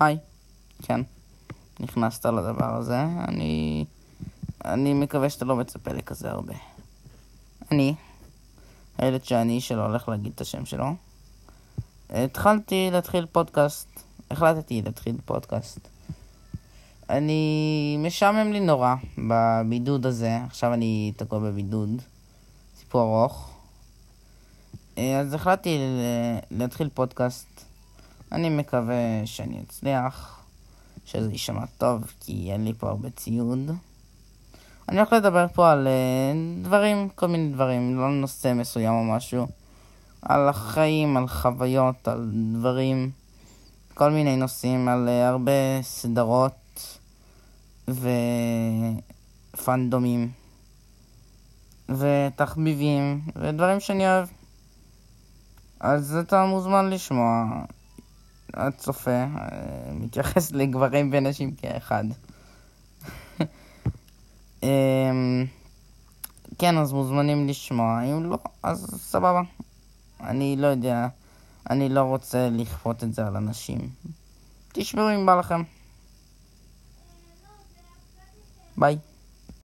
היי, כן, נכנסת לדבר הזה. אני מקווה שאתה לא מצפה לי כזה הרבה. הילד שלא הולך להגיד את השם שלו. החלטתי להתחיל פודקאסט. משעמם לי נורא בבידוד הזה. עכשיו אני תקוע בבידוד. סיפור ארוך. אז החלטתי להתחיל פודקאסט. אני מקווה שאני אצליח, שזה יישמע טוב, כי אין לי פה הרבה ציוד. אני הולך לדבר פה על כל מיני דברים, לא על נושא מסוים או משהו. על החיים, על חוויות, על דברים, כל מיני נושאים, על הרבה סדרות ופנדומים ותחביבים ודברים שאני אוהב. אז אתה מוזמן לשמוע. הצופה מתייחס לגברים ונשים כאחד. כן, אז מוזמנים לשמוע. אם לא, אז סבבה. אני לא יודע. אני לא רוצה לכפות את זה על אנשים. תשמעו אם בא לכם. ביי.